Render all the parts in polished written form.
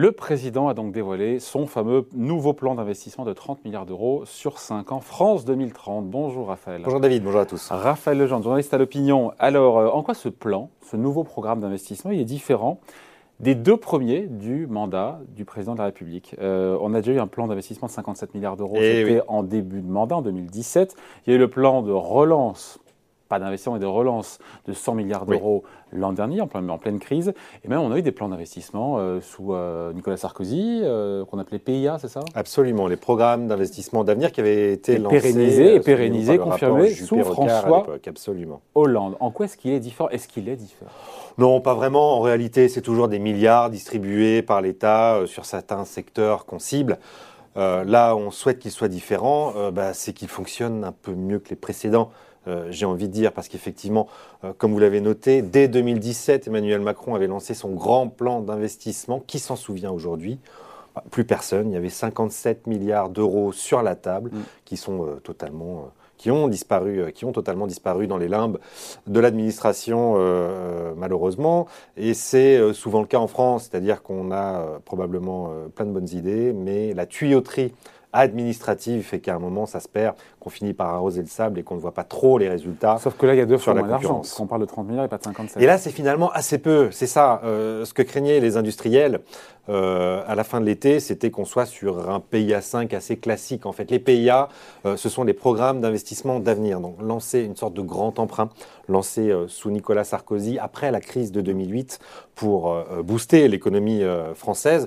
Le président a donc dévoilé son fameux nouveau plan d'investissement de 30 milliards d'euros sur 5 ans, France 2030. Bonjour Raphaël. Bonjour David, bonjour à tous. Raphaël Legendre, journaliste à l'Opinion. Alors, en quoi ce plan, ce nouveau programme d'investissement, il est différent des deux premiers du mandat du président de la République? On a déjà eu un plan d'investissement de 57 milliards d'euros, c'était en début de mandat, en 2017. Il y a eu le plan de relance, pas d'investissement mais de relance de 100 milliards d'euros l'an dernier, en pleine crise. Et même on a eu des plans d'investissement sous Nicolas Sarkozy, qu'on appelait PIA, c'est ça? Absolument, les programmes d'investissement d'avenir qui avaient été lancés pérennisés, confirmés sous François Hollande. En quoi est-ce qu'il est différent? Est-ce qu'il est différent? Non, pas vraiment. En réalité, c'est toujours des milliards distribués par l'État sur certains secteurs qu'on cible. Là, on souhaite qu'il soit différent, c'est qu'il fonctionne un peu mieux que les précédents. J'ai envie de dire, parce qu'effectivement, comme vous l'avez noté, dès 2017, Emmanuel Macron avait lancé son grand plan d'investissement. Qui s'en souvient aujourd'hui? Plus personne. Il y avait 57 milliards d'euros sur la table qui sont qui ont totalement disparu dans les limbes de l'administration, malheureusement. Et c'est souvent le cas en France, c'est-à-dire qu'on a probablement plein de bonnes idées, mais la tuyauterie administrative fait qu'à un moment, ça se perd, qu'on finit par arroser le sable et qu'on ne voit pas trop les résultats. Sauf que là, il y a deux fois moins d'argent, parce qu'on parle de 30 milliards et pas de 57. Et là, c'est finalement assez peu. C'est ça, ce que craignaient les industriels à la fin de l'été, c'était qu'on soit sur un PIA 5 assez classique. En fait, les PIA, ce sont des programmes d'investissement d'avenir. Donc, lancer une sorte de grand emprunt, lancé sous Nicolas Sarkozy après la crise de 2008 pour booster l'économie française.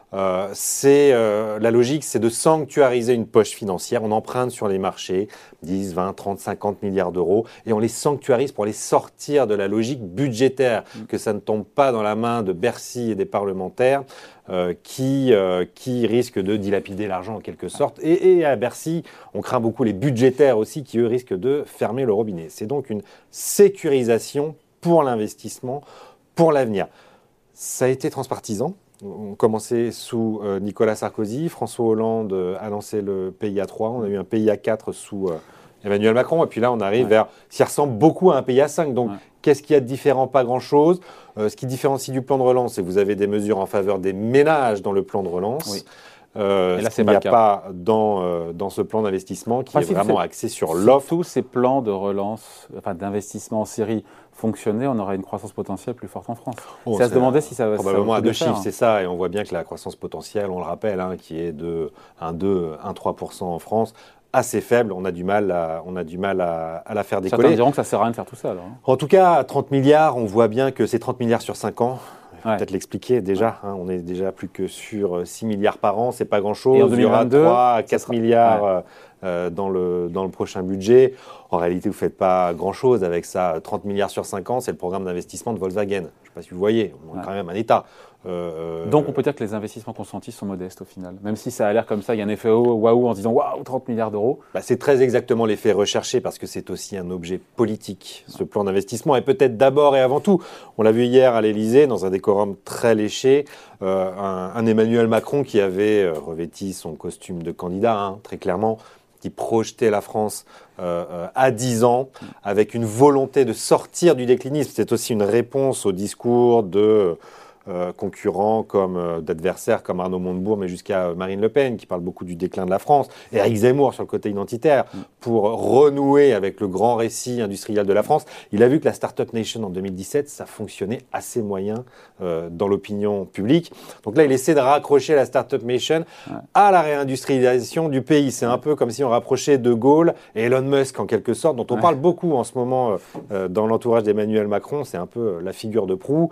La logique, c'est de sanctuariser une poche financière. On emprunte sur les marchés 10, 20, 30, 50 milliards d'euros et on les sanctuarise pour les sortir de la logique budgétaire, que ça ne tombe pas dans la main de Bercy et des parlementaires qui risquent de dilapider l'argent en quelque sorte. Et à Bercy, on craint beaucoup les budgétaires aussi qui, eux, risquent de fermer le robinet. C'est donc une sécurisation pour l'investissement, pour l'avenir. Ça a été transpartisan. On commençait sous Nicolas Sarkozy, François Hollande a lancé le PIA 3, on a eu un PIA 4 sous Emmanuel Macron, et puis là on arrive vers ce qui ressemble beaucoup à un PIA 5. Donc qu'est-ce qu'il y a de différent? Pas grand-chose. Ce qui différencie du plan de relance, c'est que vous avez des mesures en faveur des ménages dans le plan de relance. Et là, il n'y a pas dans ce plan d'investissement qui est vraiment axé sur l'offre. Si tous ces plans de relance, d'investissement en série fonctionnaient, on aurait une croissance potentielle plus forte en France. C'est à se demander si ça va probablement à deux chiffres, c'est ça. Et on voit bien que la croissance potentielle, on le rappelle, qui est de 1,3% en France, assez faible. On a du mal à la faire décoller. Certains diront que ça ne sert à rien de faire tout ça. Alors. En tout cas, 30 milliards, on voit bien que c'est 30 milliards sur 5 ans. Peut-être l'expliquer déjà. On est déjà plus que sur 6 milliards par an, c'est pas grand-chose. Et en 2022, il y aura 3 à 4 milliards dans le prochain budget. En réalité, vous ne faites pas grand-chose avec ça. 30 milliards sur 5 ans, c'est le programme d'investissement de Volkswagen. Je ne sais pas si vous voyez, on a quand même un État. Donc on peut dire que les investissements consentis sont modestes au final. Même si ça a l'air comme ça, il y a un effet waouh en disant waouh, 30 milliards d'euros. C'est très exactement l'effet recherché parce que c'est aussi un objet politique, ce plan d'investissement. Et peut-être d'abord et avant tout, on l'a vu hier à l'Élysée, dans un décorum très léché, un Emmanuel Macron qui avait revêti son costume de candidat, très clairement, qui projetait la France à 10 ans avec une volonté de sortir du déclinisme. C'est aussi une réponse au discours de concurrents d'adversaires comme Arnaud Montebourg, mais jusqu'à Marine Le Pen, qui parle beaucoup du déclin de la France, et Éric Zemmour sur le côté identitaire, pour renouer avec le grand récit industriel de la France. Il a vu que la Startup Nation en 2017, ça fonctionnait assez moyen dans l'opinion publique. Donc là, il essaie de raccrocher la Startup Nation à la réindustrialisation du pays. C'est un peu comme si on rapprochait De Gaulle et Elon Musk, en quelque sorte, dont on parle beaucoup en ce moment dans l'entourage d'Emmanuel Macron. C'est un peu la figure de proue.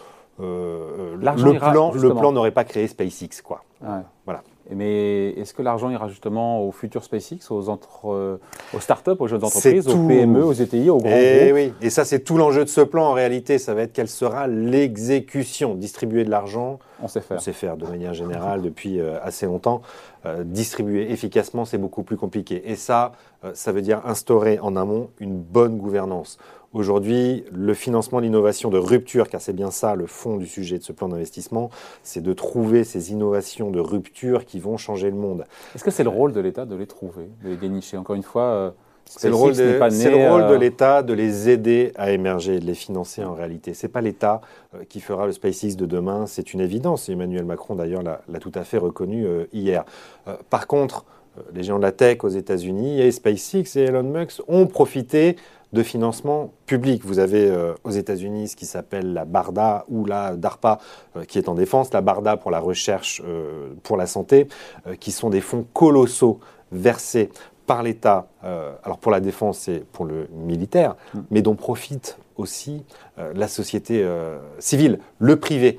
Le plan n'aurait pas créé SpaceX, quoi. Voilà. Mais est-ce que l'argent ira justement aux futurs SpaceX, aux startups, aux jeunes entreprises, aux PME, aux ETI, aux grands groupes? Oui, et ça c'est tout l'enjeu de ce plan en réalité, ça va être quelle sera l'exécution. Distribuer de l'argent, on sait faire de manière générale depuis assez longtemps. Distribuer efficacement, c'est beaucoup plus compliqué. Et ça veut dire instaurer en amont une bonne gouvernance. Aujourd'hui, le financement de l'innovation de rupture, car c'est bien ça le fond du sujet de ce plan d'investissement, c'est de trouver ces innovations de rupture qui vont changer le monde. Est-ce que c'est le rôle de l'État de les trouver, de les dénicher? Encore une fois, C'est le rôle de l'État de les aider à émerger, de les financer en réalité. Ce n'est pas l'État qui fera le SpaceX de demain, c'est une évidence. Emmanuel Macron d'ailleurs l'a tout à fait reconnu hier. Par contre, les géants de la tech aux États-Unis et SpaceX et Elon Musk ont profité de financement public. Vous avez aux États-Unis ce qui s'appelle la BARDA ou la DARPA qui est en défense, la BARDA pour la recherche pour la santé, qui sont des fonds colossaux versés par l'État, alors pour la défense et pour le militaire, mais dont profite aussi la société civile, le privé.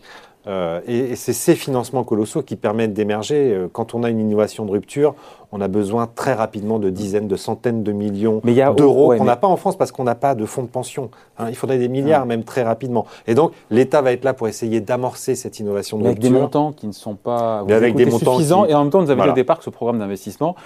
Et c'est ces financements colossaux qui permettent d'émerger. Quand on a une innovation de rupture, on a besoin très rapidement de dizaines, de centaines de millions d'euros qu'on n'a pas en France parce qu'on n'a pas de fonds de pension. Il faudrait des milliards même très rapidement. Et donc, l'État va être là pour essayer d'amorcer cette innovation de rupture. Avec des montants qui ne sont pas suffisants. Et en même temps, vous avez dit au départ que ce programme d'investissement,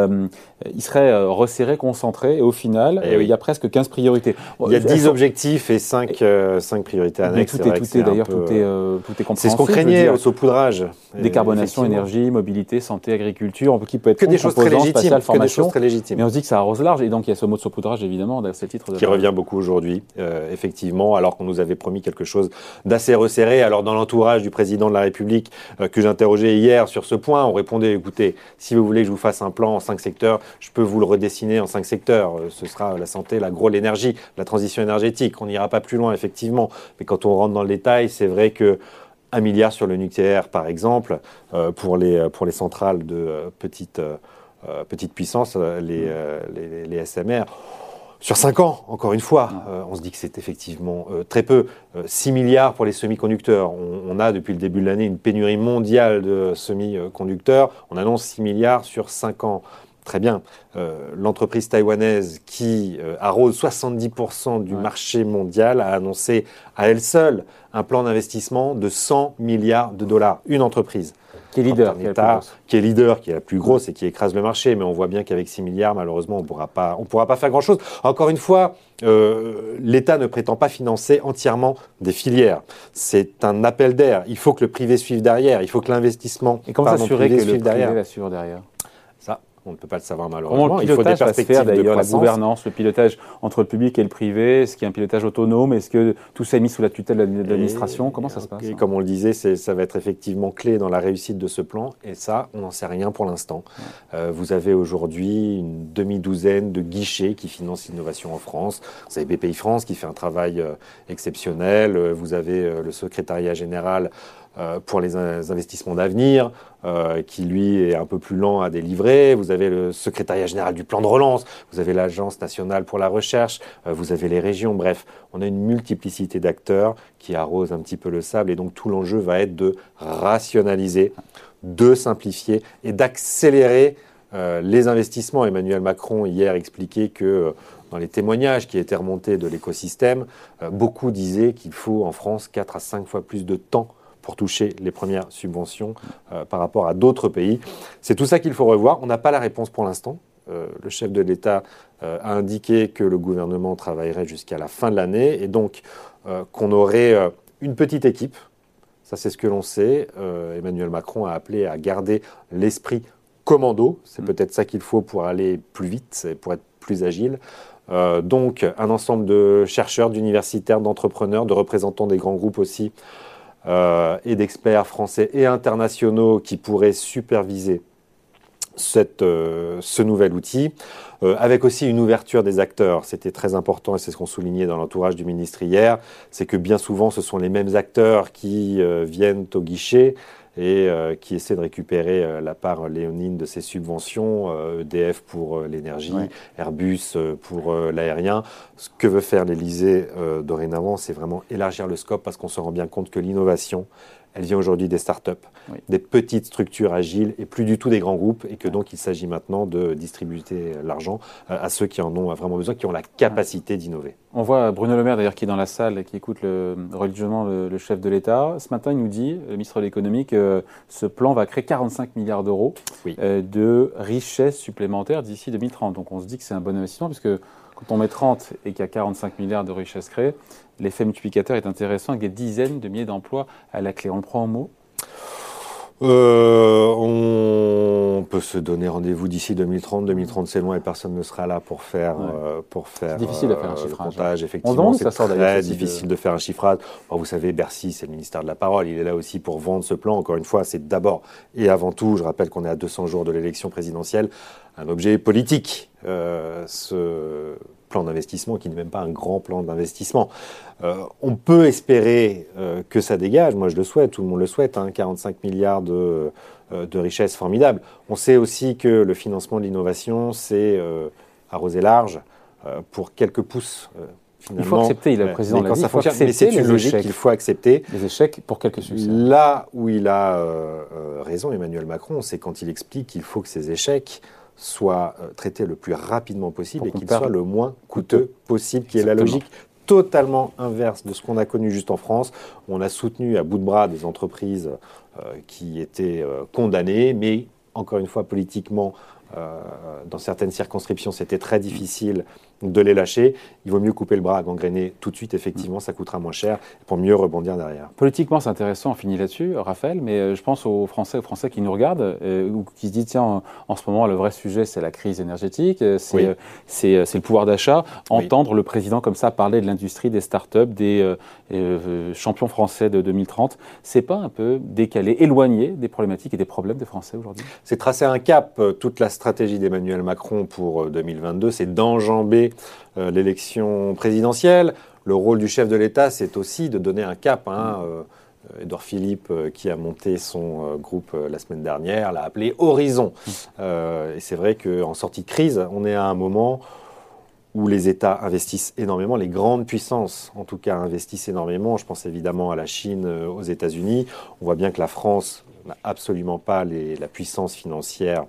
il serait resserré, concentré. Et au final, il y a presque 15 priorités. Il y a 10 objectifs et 5 priorités annexes. Tout est compréhensible. C'est ce qu'on craignait au saupoudrage. Décarbonation, énergie, mobilité, santé, agriculture, qui peut être que des choses très légitimes, mais on se dit que ça arrose large, et donc il y a ce mot de saupoudrage, évidemment, c'est le titre qui revient beaucoup aujourd'hui, effectivement, alors qu'on nous avait promis quelque chose d'assez resserré. Alors dans l'entourage du président de la République, que j'interrogeais hier sur ce point, on répondait, écoutez, si vous voulez que je vous fasse un plan en 5 secteurs, je peux vous le redessiner en 5 secteurs. Ce sera la santé, l'agro, l'énergie, la transition énergétique. On n'ira pas plus loin, effectivement. Mais quand on rentre dans le détail, c'est vrai que 1 milliard sur le nucléaire, par exemple, pour les centrales de petite puissance, les SMR. Sur 5 ans, encore une fois, on se dit que c'est effectivement très peu. 6 milliards pour les semi-conducteurs. On a depuis le début de l'année une pénurie mondiale de semi-conducteurs. On annonce 6 milliards sur 5 ans. Très bien. L'entreprise taïwanaise qui arrose 70% du marché mondial a annoncé à elle seule un plan d'investissement de 100 milliards de dollars. Une entreprise. Qui est leader. Qui est leader, qui est la plus grosse et qui écrase le marché. Mais on voit bien qu'avec 6 milliards, malheureusement, on ne pourra pas faire grand-chose. Encore une fois, l'État ne prétend pas financer entièrement des filières. C'est un appel d'air. Il faut que le privé suive derrière. Il faut que l'investissement Et comment s'assurer que le privé va suivre derrière ? On ne peut pas le savoir malheureusement. Il faut des perspectives de croissance. La gouvernance, le pilotage entre le public et le privé, est-ce qu'il y a un pilotage autonome, est-ce que tout ça est mis sous la tutelle de l'administration? Comment ça se passe? Et comme on le disait, ça va être effectivement clé dans la réussite de ce plan, et ça, on n'en sait rien pour l'instant. Vous avez aujourd'hui une demi-douzaine de guichets qui financent l'innovation en France. Vous avez BPI-France qui fait un travail exceptionnel. Vous avez le secrétariat général pour les investissements d'avenir, qui lui est un peu plus lent à délivrer. Vous avez le secrétariat général du plan de relance, vous avez l'Agence nationale pour la recherche, vous avez les régions. Bref, on a une multiplicité d'acteurs qui arrosent un petit peu le sable, et donc tout l'enjeu va être de rationaliser, de simplifier et d'accélérer les investissements. Emmanuel Macron hier expliquait que dans les témoignages qui étaient remontés de l'écosystème, beaucoup disaient qu'il faut en France 4 à 5 fois plus de temps pour toucher les premières subventions par rapport à d'autres pays. C'est tout ça qu'il faut revoir. On n'a pas la réponse pour l'instant. Le chef de l'État a indiqué que le gouvernement travaillerait jusqu'à la fin de l'année, et donc qu'on aurait une petite équipe. Ça, c'est ce que l'on sait. Emmanuel Macron a appelé à garder l'esprit commando. C'est peut-être ça qu'il faut pour aller plus vite, pour être plus agile. Donc, un ensemble de chercheurs, d'universitaires, d'entrepreneurs, de représentants des grands groupes aussi, et d'experts français et internationaux qui pourraient superviser ce nouvel outil, avec aussi une ouverture des acteurs. C'était très important, et c'est ce qu'on soulignait dans l'entourage du ministre hier, c'est que bien souvent ce sont les mêmes acteurs qui viennent au guichet et qui essaient de récupérer la part léonine de ces subventions, EDF pour l'énergie, Airbus pour l'aérien. Ce que veut faire l'Élysée dorénavant, c'est vraiment élargir le scope, parce qu'on se rend bien compte que l'innovation, elle vient aujourd'hui des startups, des petites structures agiles, et plus du tout des grands groupes, et que donc il s'agit maintenant de distribuer l'argent à ceux qui en ont vraiment besoin, qui ont la capacité d'innover. On voit Bruno Le Maire d'ailleurs qui est dans la salle et qui écoute religieusement le chef de l'État. Ce matin, il nous dit, le ministre de l'économie, que ce plan va créer 45 milliards d'euros de richesses supplémentaires d'ici 2030. Donc on se dit que c'est un bon investissement, parce que quand on met 30 et qu'il y a 45 milliards de richesses créées, l'effet multiplicateur est intéressant, avec des dizaines de milliers d'emplois à la clé. On le prend en mot? On peut se donner rendez-vous d'ici 2030. 2030, c'est loin et personne ne sera là pour faire, c'est difficile de faire un chiffrage. Comptage. Effectivement, c'est très difficile de faire un chiffrage. Bon, vous savez, Bercy, c'est le ministère de la parole. Il est là aussi pour vendre ce plan. Encore une fois, c'est d'abord et avant tout, je rappelle qu'on est à 200 jours de l'élection présidentielle, un objet politique. Ce plan d'investissement qui n'est même pas un grand plan d'investissement. On peut espérer que ça dégage, moi je le souhaite, tout le monde le souhaite, 45 milliards de richesses formidables. On sait aussi que le financement de l'innovation, c'est arroser large pour quelques pouces. Il faut accepter, le président l'a dit, mais c'est une logique qu'il faut accepter. Les échecs pour quelques succès. Là où il a raison, Emmanuel Macron, c'est quand il explique qu'il faut que ces échecs soit traité le plus rapidement possible et qu'il soit le moins coûteux possible, qui est la logique totalement inverse de ce qu'on a connu juste en France. On a soutenu à bout de bras des entreprises qui étaient condamnées, mais encore une fois, politiquement, dans certaines circonscriptions, c'était très difficile de les lâcher. Il vaut mieux couper le bras, gangréner tout de suite, effectivement, ça coûtera moins cher pour mieux rebondir derrière. Politiquement, c'est intéressant, on finit là-dessus, Raphaël, mais je pense aux Français qui nous regardent, ou qui se disent, tiens, en ce moment, le vrai sujet, c'est la crise énergétique, c'est le pouvoir d'achat. Entendre le président comme ça parler de l'industrie, des startups, des champions français de 2030, c'est pas un peu décalé, éloigné des problématiques et des problèmes des Français aujourd'hui? C'est tracer un cap. Toute la stratégie d'Emmanuel Macron pour 2022, c'est d'enjamber l'élection présidentielle. Le rôle du chef de l'État, c'est aussi de donner un cap. Édouard Philippe, qui a monté son groupe la semaine dernière, l'a appelé Horizon. Et c'est vrai qu'en sortie de crise, on est à un moment où les États investissent énormément, les grandes puissances, en tout cas, investissent énormément. Je pense évidemment à la Chine, aux États-Unis. On voit bien que la France n'a absolument pas la puissance financière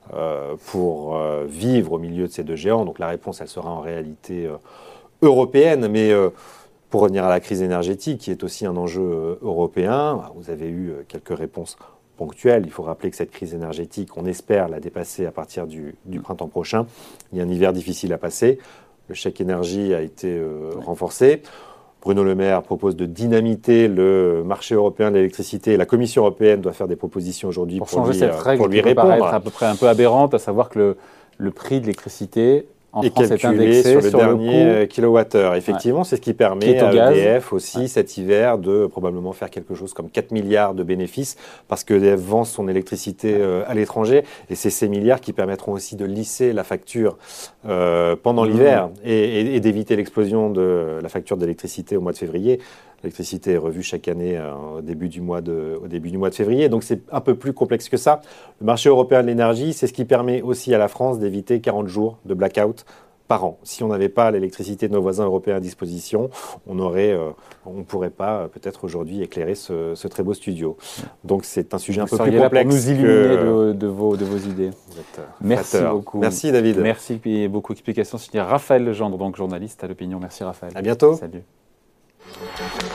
pour vivre au milieu de ces deux géants. Donc la réponse, elle sera en réalité européenne. Mais pour revenir à la crise énergétique, qui est aussi un enjeu européen, vous avez eu quelques réponses ponctuelles. Il faut rappeler que cette crise énergétique, on espère la dépasser à partir du printemps prochain. Il y a un hiver difficile à passer. Le chèque énergie a été renforcé. Bruno Le Maire propose de dynamiter le marché européen de l'électricité. La Commission européenne doit faire des propositions aujourd'hui pour changer cette règle pour lui qui peut répondre. Paraître à peu près un peu aberrante, à savoir que le prix de l'électricité en France est indexé sur le dernier kilowattheure. Effectivement, c'est ce qui permet à EDF aussi cet hiver de probablement faire quelque chose comme 4 milliards de bénéfices parce que EDF vend son électricité à l'étranger et c'est ces milliards qui permettront aussi de lisser la facture pendant l'hiver et d'éviter l'explosion de la facture d'électricité au mois de février. L'électricité est revue chaque année au début du mois de février. Donc c'est un peu plus complexe que ça. Le marché européen de l'énergie, c'est ce qui permet aussi à la France d'éviter 40 jours de blackout par an. Si on n'avait pas l'électricité de nos voisins européens à disposition, on ne pourrait pas peut-être aujourd'hui éclairer ce très beau studio. Donc c'est un sujet un peu plus complexe. Pour nous illuminer de vos idées. Merci beaucoup. Merci David. Merci et beaucoup d'explications. Signé Raphaël Legendre, donc journaliste à l'Opinion. Merci Raphaël. À bientôt. Salut.